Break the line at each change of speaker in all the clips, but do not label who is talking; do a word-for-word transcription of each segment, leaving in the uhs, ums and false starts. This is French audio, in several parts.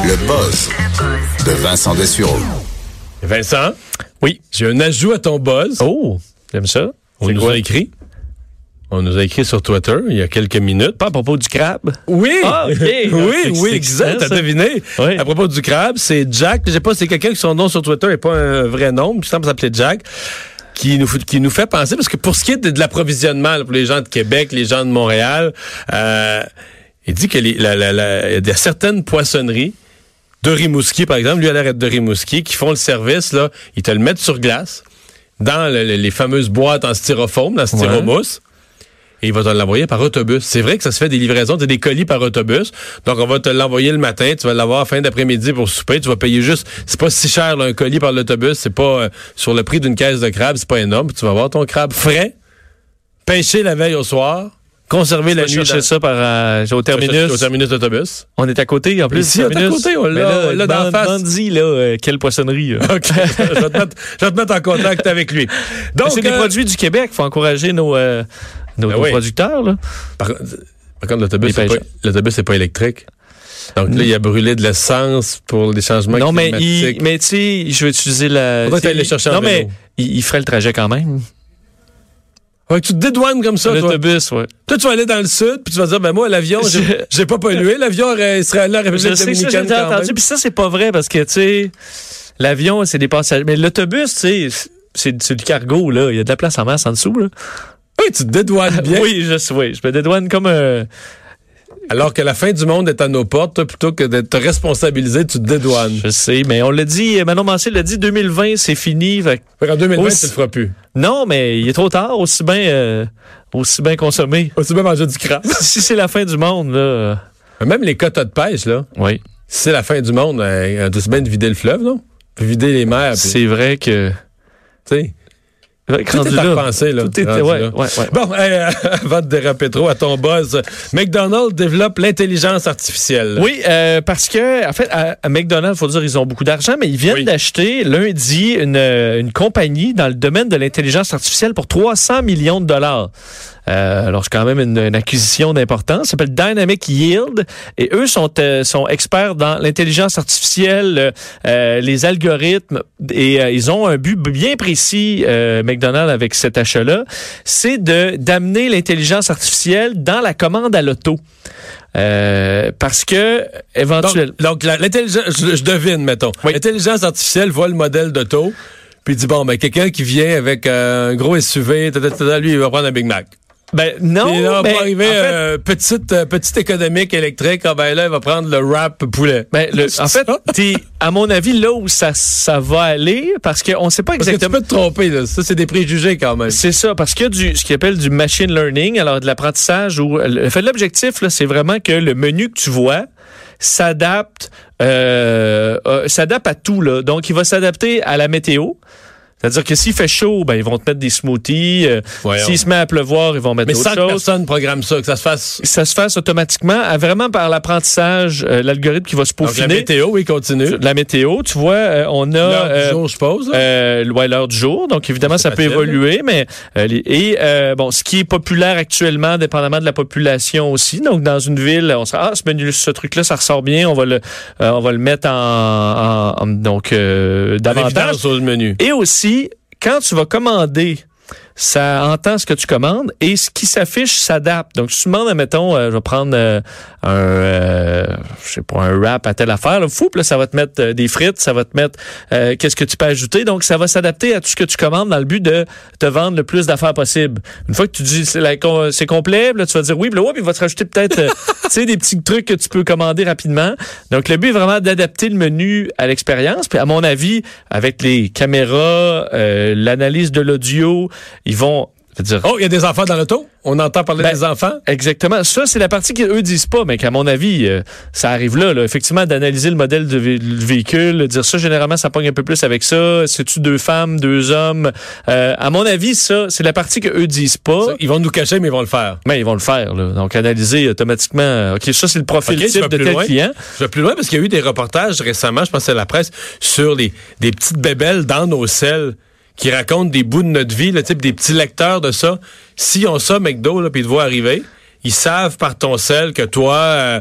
Le buzz de Vincent Dessureau.
Vincent?
Oui.
J'ai un ajout à ton buzz.
Oh, j'aime ça.
On
C'est
nous
quoi?
a écrit. On nous a écrit sur Twitter il y a quelques minutes.
Pas à propos du crabe.
Oui!
Ah, OK.
oui,
C'est
oui, exact.
excitant,
T'as
ça.
deviné.
Oui.
À propos du crabe, c'est Jack. Je sais pas, c'est quelqu'un qui son nom sur Twitter n'est pas un vrai nom. Il semble s'appeler Jack. Qui nous, qui nous fait penser, parce que pour ce qui est de, de l'approvisionnement, là, pour les gens de Québec, les gens de Montréal, euh, il dit que les, la, la, la, il y a certaines poissonneries de Rimouski, par exemple, lui a l'air d'être de Rimouski, qui font le service, là, ils te le mettent sur glace, dans le, le, les fameuses boîtes en styrofoam, dans styromousse, et il va te l'envoyer par autobus. C'est vrai que ça se fait des livraisons, des colis par autobus. Donc, on va te l'envoyer le matin, tu vas l'avoir à fin d'après-midi pour souper, tu vas payer juste, c'est pas si cher, là, un colis par l'autobus, c'est pas euh, sur le prix d'une caisse de crabe, c'est pas énorme. Tu vas avoir ton crabe frais, pêché la veille au soir, conservé la
Je
nuit.
chercher
dans-
ça par, euh, au terminus.
Au terminus d'autobus.
On est à côté, en plus.
Ici, on est à côté, on l'a-
Mais là,
on l'a d'en
demande-
face.
demande-y, là, euh, quelle poissonnerie. là.
OK. je, vais te mettre, je vais te mettre en contact avec lui. Donc,
c'est des
euh,
produits du Québec. Il faut encourager nos, euh, nos,
Ben
nos
oui.
producteurs. Là.
Par, par contre, l'autobus,
Les
c'est pas,
pêcheurs.
l'autobus, c'est pas électrique. Donc là, il a brûlé de l'essence pour les changements
Non, mais,
climatiques.
il, mais tu sais, je vais utiliser la...
Faudrait que
tu sais,
t'ailles le chercher en
Non, mais
vélo.
il, il ferait le trajet quand même.
Ouais, tu te dédouanes comme ça, toi.
L'autobus, ouais.
Toi, tu vas aller dans le sud, puis tu vas dire, ben moi, l'avion, j'ai,
Je-
j'ai pas pollué. L'avion aurait- serait allé à la
Je
République
sais que ça, j'ai
dominicaine
déjà
quand
entendu,
même.
puis ça, c'est pas vrai, parce que, tu sais, l'avion, c'est des passagers. Mais l'autobus, tu sais, c'est, c'est du cargo, là. Il y a de la place en masse en dessous, là.
Oui, tu te dédouanes bien.
Oui, je sais, oui. Je me dédouane comme un...
Alors que la fin du monde est à nos portes, toi, plutôt que d'être responsabilisé, tu te dédouanes.
Je sais, mais on l'a dit, Manon Mancé l'a dit, deux mille vingt, c'est fini. Fait que-
En deux mille vingt,
Aussi-
tu le feras plus.
non, mais il est trop tard, aussi bien euh, aussi bien consommé.
Tu peux manger du crabe.
Si c'est la fin du monde, là... euh,
Même les quotas de pêche, là,
oui.
si c'est la fin du monde, euh, on bien de vider le fleuve, non? Puis vider les mers, puis,
C'est vrai que...
tu sais.
Ouais,
Tout
rendu
est à
là.
repenser, là.
Tout est...
rendu
Ouais,
là.
ouais, ouais.
Bon, hey, avant de déraper trop à ton buzz, McDonald's développe l'intelligence artificielle.
Oui, euh, parce que, en fait, à, à McDonald's, il faut dire, ils ont beaucoup d'argent, mais ils viennent
Oui.
d'acheter lundi une, une compagnie dans le domaine de l'intelligence artificielle pour trois cents millions de dollars. Euh, alors, c'est quand même une, une acquisition d'importance. Ça s'appelle Dynamic Yield. Et eux sont, euh, sont experts dans l'intelligence artificielle, euh, les algorithmes. Et euh, ils ont un but bien précis, euh, McDonald's, avec cet achat-là. C'est de d'amener l'intelligence artificielle dans la commande à l'auto. Euh, parce que, éventuellement...
Donc, donc la- l'intelligence, je, je devine, mettons.
Oui.
L'intelligence artificielle voit le modèle d'auto, puis il dit, bon, ben, quelqu'un qui vient avec euh, un gros S U V, tata, tata, lui, il va prendre un Big Mac.
Ben, non,
Et là,
ben,
pour arriver,
en fait,
euh, petite, euh, petite économique électrique, ah, ben là, il va prendre le wrap poulet.
ben, le-
C'est
en fait,
ça?
t'es, à mon avis, là où ça, ça va aller, parce qu'on sait pas
Parce que tu
exactement...
peux te tromper, là. Ça, c'est des préjugés quand même.
C'est ça, parce qu'il y a du, ce qu'ils appelle du machine learning, alors de l'apprentissage, où le fait, l'objectif, là, c'est vraiment que le menu que tu vois s'adapte, euh, euh, s'adapte à tout, là. Donc, il va s'adapter à la météo. C'est-à-dire que s'il fait chaud, ben ils vont te mettre des smoothies. Euh,
Voyons.
s'il se met à pleuvoir, ils vont mettre
Mais
d'autres
sans que
choses.
personne programme ça, que ça se fasse.
Ça se fasse automatiquement, à vraiment par l'apprentissage, euh, l'algorithme qui va se
Donc, la
peaufiner.
météo, oui, continue.
La météo, tu vois, euh, on a...
L'heure
euh,
du jour, je suppose. là.
Euh, ouais, l'heure du jour. Donc, évidemment,
C'est
ça peut
facile.
évoluer, mais euh, les- et euh, bon, ce qui est populaire actuellement, dépendamment de la population aussi. Donc, dans une ville, on se dit, ah, ce menu, ce truc-là, ça ressort bien, on va le, euh, on va le mettre en, en- en- donc euh,
En
davantage.
évidence sur le menu.
Et aussi, quand tu vas commander, ça entend ce que tu commandes et ce qui s'affiche s'adapte. Donc, si tu demandes, mettons, euh, je vais prendre euh, un, euh, je sais pas, un wrap à telle affaire, là, fou, puis là, ça va te mettre euh, des frites, ça va te mettre euh, qu'est-ce que tu peux ajouter. Donc, ça va s'adapter à tout ce que tu commandes dans le but de te vendre le plus d'affaires possible. Une fois que tu dis c'est, la, c'est complet, là, tu vas dire oui, puis là, ouais, puis il va te rajouter peut-être euh, tu sais, des petits trucs que tu peux commander rapidement. Donc, le but est vraiment d'adapter le menu à l'expérience. Puis, à mon avis, avec les caméras, euh, l'analyse de l'audio, ils vont... je veux dire,
Oh, il y a des enfants dans l'auto? On entend parler
Ben,
des enfants?
exactement. Ça, c'est la partie qu'eux disent pas, mais qu'à mon avis, euh, ça arrive là, là. Effectivement, d'analyser le modèle de vé- le véhicule, dire ça, généralement, ça pogne un peu plus avec ça. C'est-tu deux femmes, deux hommes? Euh, à mon avis, ça, c'est la partie qu'eux disent pas.
Ça, ils vont nous cacher, mais ils vont le faire.
Mais ils vont le faire, là. Donc, analyser automatiquement. euh, OK, ça, c'est le profil
Ok, je
type
vais
de
plus
tel
loin.
client.
Je vais plus loin parce qu'il y a eu des reportages récemment, je pense à la presse, sur les, des petites bébelles dans nos selles qui racontent des bouts de notre vie, là, type des petits lecteurs de ça. S'ils ont ça, McDo, là, puis ils te voient arriver, ils savent par ton sel que toi, euh,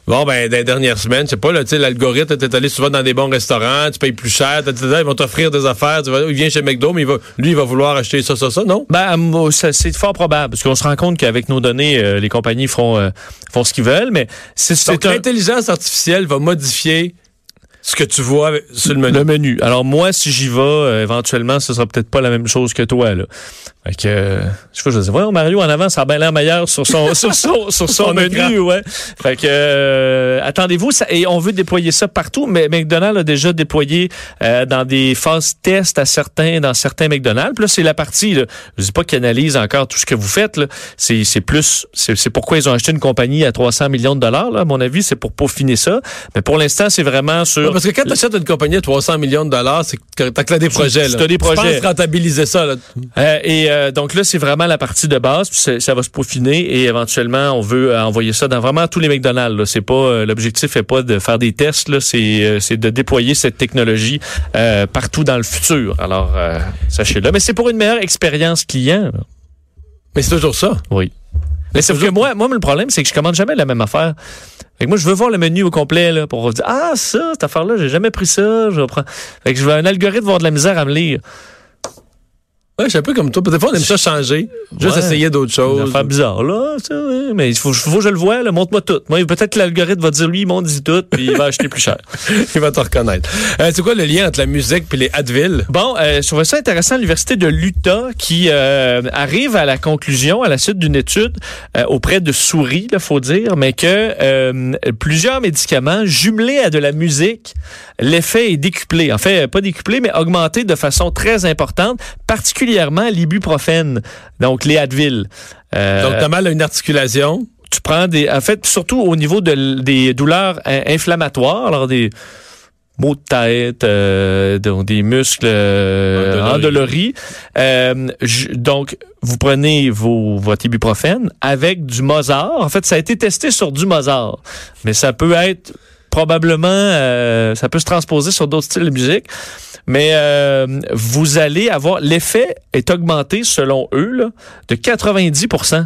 Bon, ben, dans les dernières semaines, je sais pas, là, tu sais, l'algorithme, t'es allé souvent dans des bons restaurants, tu payes plus cher, ils vont t'offrir des affaires, tu vas, il vient chez McDo, mais il va, lui, il va vouloir acheter ça, ça, ça, non?
Ben, ça, c'est fort probable, parce qu'on se rend compte qu'avec nos données, euh, les compagnies font, euh, font ce qu'ils veulent, mais c'est, c'est
Donc,
un...
l'intelligence artificielle va modifier ce que tu vois sur le menu.
Le menu. Alors, moi, si j'y vais, euh, éventuellement, ce sera peut-être pas la même chose que toi, là. Fait que, euh, je sais pas, je dis, voyons, Mario, en avant, ça a bien l'air meilleur sur son, sur son, sur son, son menu, écran. Ouais. Fait que, euh, attendez-vous, ça, et on veut déployer ça partout, mais McDonald's a déjà déployé, euh, dans des phases tests à certains, dans certains McDonald's. Puis là, c'est la partie, là. Je dis pas qu'ils analysent encore tout ce que vous faites, là. C'est, c'est plus, c'est, c'est pourquoi ils ont acheté une compagnie à trois cents millions de dollars, là. À mon avis, c'est pour peaufiner ça. Mais pour l'instant, c'est vraiment sur...
Ouais, parce que quand tu achètes une compagnie à trois cents millions de dollars, c'est que t'as que des projets, là.
T'as des projets.
Tu penses rentabiliser ça, là.
Euh, et, Euh, donc là, c'est vraiment la partie de base, puis ça va se peaufiner et éventuellement, on veut euh, envoyer ça dans vraiment tous les McDonald's. Là. C'est pas euh, l'objectif est pas de faire des tests, là, c'est euh, c'est de déployer cette technologie euh, partout dans le futur. Alors, euh, sachez-le. Mais c'est pour une meilleure expérience client. Là.
Mais c'est toujours ça.
Oui. Mais c'est que moi, moi, le problème, c'est que je commande jamais la même affaire. Fait que moi, je veux voir le menu au complet là, pour dire ah ça, cette affaire-là, j'ai jamais pris ça. Je vais prendre. Fait que je veux un algorithme avoir de la misère à me lire.
Ouais, je suis un peu comme toi. Des fois, on aime ça changer. Juste ouais. essayer d'autres choses.
Une affaire bizarre, là. Ça, ouais. Mais il faut, faut que je le voie, là. Montre-moi tout. Moi, peut-être que l'algorithme va dire, lui, il montre dit tout, puis il va acheter plus cher.
Il va te reconnaître. Euh, c'est quoi le lien entre la musique et les Advil?
Bon, euh, je trouvais ça intéressant. L'Université de l'Utah qui euh, arrive à la conclusion, à la suite d'une étude euh, auprès de souris, il faut dire, mais que euh, plusieurs médicaments jumelés à de la musique, l'effet est décuplé. En fait, pas décuplé, mais augmenté de façon très importante, particulièrement l'ibuprofène, donc les Advil.
Euh, donc, t'as mal à une articulation?
Tu prends des... En fait, surtout au niveau de, des douleurs inflammatoires, alors des maux de tête, euh, des muscles euh, endoloris. Euh, donc, vous prenez vos, votre ibuprofène avec du Mozart. En fait, ça a été testé sur du Mozart, mais ça peut être probablement... Euh, ça peut se transposer sur d'autres styles de musique. Mais euh, vous allez avoir... L'effet est augmenté, selon eux, là, de quatre-vingt-dix pour cent.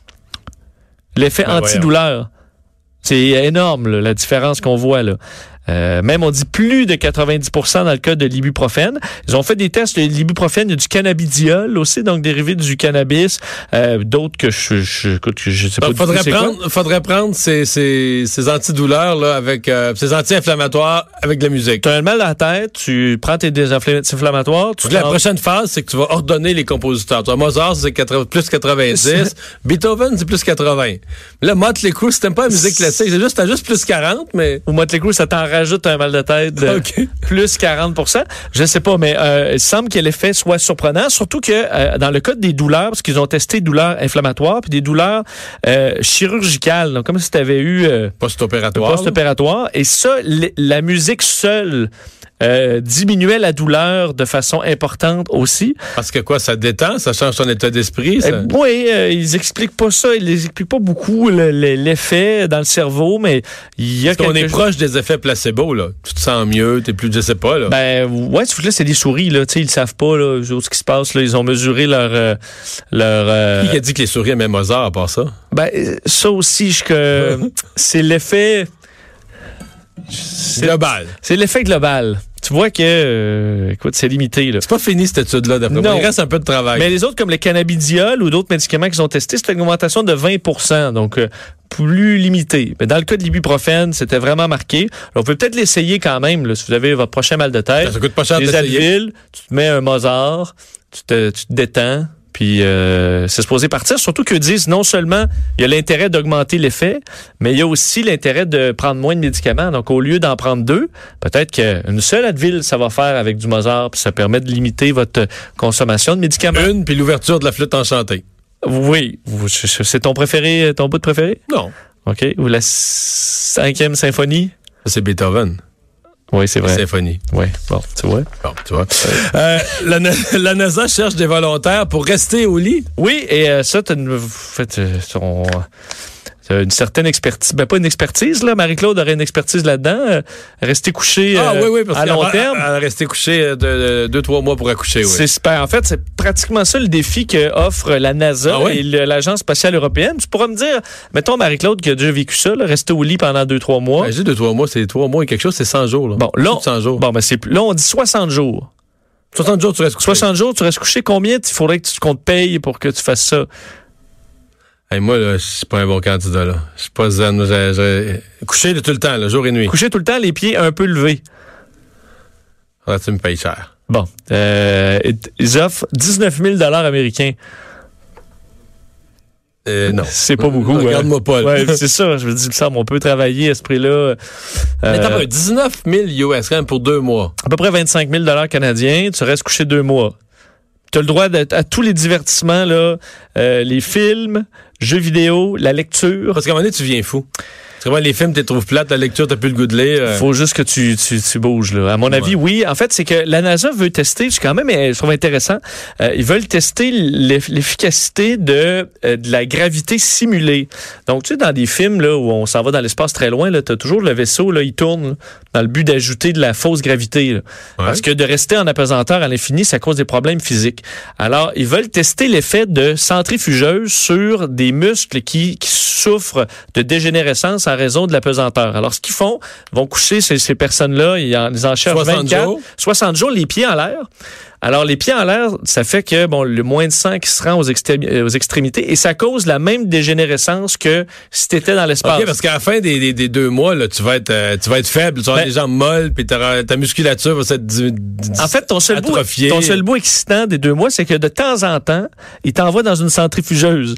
L'effet ben antidouleur. Voyons. C'est énorme, là, la différence qu'on voit, là. Euh, même on dit plus de quatre-vingt-dix pour cent dans le cas de l'ibuprofène. Ils ont fait des tests de l'ibuprofène, il y a du cannabidiol aussi, donc dérivé du cannabis, euh, d'autres que je, je, écoute, je sais
donc,
pas.
Faudrait prendre, quoi. faudrait prendre ces, ces, ces antidouleurs là avec euh, ces anti-inflammatoires avec de la musique.
Tu as un mal à la tête, tu prends tes désinflammatoires. Tu
la prochaine phase, c'est que tu vas ordonner les compositeurs. Toi, Mozart, c'est plus quatre-vingt-dix, Beethoven, c'est plus quatre-vingts. Là, Motley Crue, si t'aimes pas la musique classique, c'est juste, t'as juste plus quarante, mais.
Ou Motley Crue, ça t'en rajoute un mal de tête de okay. plus quarante pour cent. Je sais pas, mais euh, il semble que l'effet soit surprenant, surtout que euh, dans le cas des douleurs, parce qu'ils ont testé des douleurs inflammatoires puis des douleurs euh, chirurgicales, donc comme si tu avais eu euh,
post-opératoire.
Post-opératoire. Et ça, l- la musique seule Euh, diminuait la douleur de façon importante aussi.
Parce que quoi, ça détend, ça change ton état d'esprit? Ça...
Euh, oui, euh, ils expliquent pas ça, ils expliquent pas beaucoup le, le, l'effet dans le cerveau, mais il y a
Parce qu'on est
chose...
proche des effets placebo, là. Tu te sens mieux, t'es plus, je sais pas, là.
Ben, ouais, là, c'est des souris, là, tu sais, ils savent pas, là, ce qui se passe, là, ils ont mesuré leur, euh, leur, euh...
Qui a dit que les souris aimaient Mozart à part ça?
Ben, ça aussi, je que, c'est l'effet...
C'est global.
C'est l'effet global. Tu vois que, euh, écoute, c'est limité, là.
C'est pas fini, cette étude-là, d'après moi. Il reste un peu de travail.
Mais les autres, comme le cannabidiol ou d'autres médicaments qu'ils ont testés, c'est une augmentation de vingt pour cent, donc euh, plus limité. Mais dans le cas de l'ibuprofène, c'était vraiment marqué. Alors, vous pouvez peut-être l'essayer quand même, là, si vous avez votre prochain mal de tête.
Ça coûte pas cher
les Advil, tu te mets un Mozart, tu te, tu te détends. Puis euh, c'est supposé partir, surtout qu'eux disent non seulement il y a l'intérêt d'augmenter l'effet, mais il y a aussi l'intérêt de prendre moins de médicaments. Donc au lieu d'en prendre deux, peut-être qu'une seule Advil, ça va faire avec du Mozart, puis ça permet de limiter votre consommation de médicaments.
Une, puis l'ouverture de la flûte enchantée.
Oui. C'est ton préféré, ton bout de préféré?
Non.
OK. Ou la cinquième symphonie?
C'est Beethoven.
Oui, c'est vrai.
Symphonie.
Oui, bon, tu vois.
Bon, tu vois. Euh, la, la NASA cherche des volontaires pour rester au lit.
Oui, et euh, ça, t'as une, fait, euh, ton, une certaine expertise, ben pas une expertise, là. Marie-Claude aurait une expertise là-dedans. Euh, rester couché
ah,
euh,
oui, oui, parce
à long terme.
Elle, elle rester couché de, de deux, trois mois pour accoucher, oui.
C'est super. En fait, c'est pratiquement ça le défi que offre la NASA
ah, oui?
et le, l'Agence spatiale européenne. Tu pourras me dire, mettons Marie-Claude qui a déjà vécu ça, là, rester au lit pendant deux, trois mois.
Ben, j'ai deux, trois mois, c'est trois mois et quelque chose, c'est cent jours, là.
Bon, là,
cent jours.
Bon, ben, c'est, là, on dit soixante jours.
soixante jours, tu restes couché.
soixante jours, tu restes couché. Combien il faudrait que tu qu'on te paye pour que tu fasses ça?
Hey, moi, là, je suis pas un bon candidat, là. Je suis pas zen. J'ai, j'ai... Couché tout le temps, là, jour et nuit.
Couché tout le temps, les pieds un peu levés.
Ah, tu me payes cher.
Bon. Euh, ils offrent dix-neuf mille dollars américains.
Euh, non.
C'est pas beaucoup.
Regarde-moi
hein.
pas, là.
Ouais, c'est ça. Je me dis, il me semble, on peut travailler à ce prix-là. Euh,
Mais t'as pas dix-neuf mille U S quand même pour deux mois.
À peu près vingt-cinq mille dollars canadiens. Tu restes couché deux mois. Tu as le droit de, à tous les divertissements, là, euh, les films, jeux vidéo, la lecture.
Parce qu'à un moment donné, tu viens fou. Parce que les films, tu les trouves plates, la lecture, t'as plus le goût de lire.
Il faut juste que tu, tu, tu bouges, là. À mon avis, ouais. oui. En fait, c'est que la NASA veut tester, c'est quand même, je trouve intéressant, euh, ils veulent tester l'efficacité de, euh, de la gravité simulée. Donc, tu sais, dans des films là où on s'en va dans l'espace très loin, là, t'as toujours le vaisseau, là, il tourne là, dans le but d'ajouter de la fausse gravité. Là. Ouais. Parce que de rester en apesanteur à l'infini, ça cause des problèmes physiques. Alors, ils veulent tester l'effet de centrifugeuse sur des muscles qui, qui souffrent de dégénérescence en raison de la pesanteur. Alors, ce qu'ils font, ils vont coucher ces, ces personnes-là, ils en, ils en cherchent vingt-quatre, jours. soixante jours, les pieds en l'air. Alors, les pieds en l'air, ça fait que, bon, le moins de sang qui se rend aux, extré- aux extrémités et ça cause la même dégénérescence que si t'étais dans l'espace.
OK, parce qu'à la fin des, des, des deux mois, là, tu vas être, euh, tu vas être faible, tu vas avoir ben, des jambes molles, puis ta, ta musculature va s'être di- di-
En fait, ton seul, bout, ton seul bout excitant des deux mois, c'est que de temps en temps, il t'envoie dans une centrifugeuse.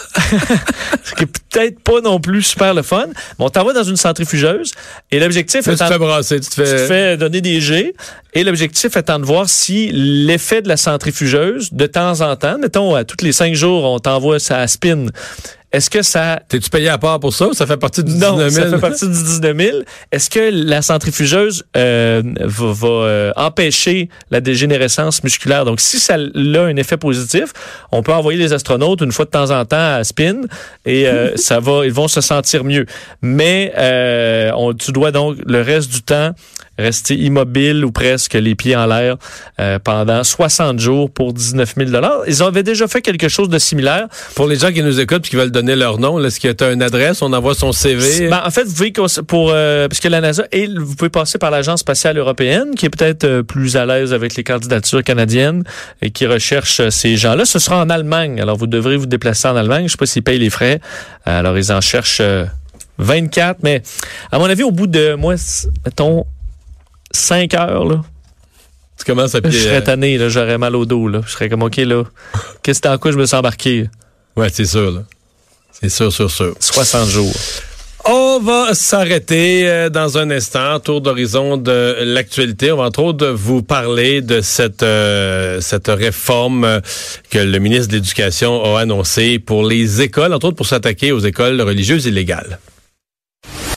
Ce qui est peut-être pas non plus super le fun, mais on t'envoie dans une centrifugeuse et l'objectif
là,
est...
Tu te fais brasser, tu te fais...
Tu te fais donner des jets et l'objectif étant de voir si l'effet de la centrifugeuse, de temps en temps, mettons, à tous les cinq jours, on t'envoie ça à spin. Est-ce que ça...
T'es-tu payé à part pour ça ou ça fait partie du
non,
dix-neuf mille?
Non, ça fait partie du dix-neuf mille. Est-ce que la centrifugeuse euh, va, va euh, empêcher la dégénérescence musculaire? Donc, si ça a un effet positif, on peut envoyer les astronautes une fois de temps en temps à spin et euh, ça va, ils vont se sentir mieux. Mais euh, on, tu dois donc le reste du temps rester immobile ou presque les pieds en l'air euh, pendant soixante jours pour dix-neuf mille dollars. Ils avaient déjà fait quelque chose de similaire.
Pour les gens qui nous écoutent et qui veulent donner leur nom, là, est-ce qu'il y a une adresse? On envoie son C V?
Ben, en fait, vous pouvez, pour, euh, parce que la NASA, et vous pouvez passer par l'Agence spatiale européenne, qui est peut-être euh, plus à l'aise avec les candidatures canadiennes et qui recherche euh, ces gens-là. Ce sera en Allemagne. Alors, vous devrez vous déplacer en Allemagne. Je ne sais pas s'ils payent les frais. Alors, ils en cherchent euh, vingt-quatre. Mais, à mon avis, au bout de, moi, mettons, cinq heures, là.
Tu commences à pied.
Je serais tanné, là. J'aurais mal au dos, là. Je serais comme, OK, là. Qu'est-ce que dans quoi je me suis embarqué?
Ouais, c'est sûr, là. C'est sûr, sûr, sûr.
soixante jours.
On va s'arrêter euh, dans un instant, tour d'horizon de l'actualité. On va entre autres vous parler de cette euh, cette réforme euh, que le ministre de l'Éducation a annoncée pour les écoles, entre autres pour s'attaquer aux écoles religieuses illégales.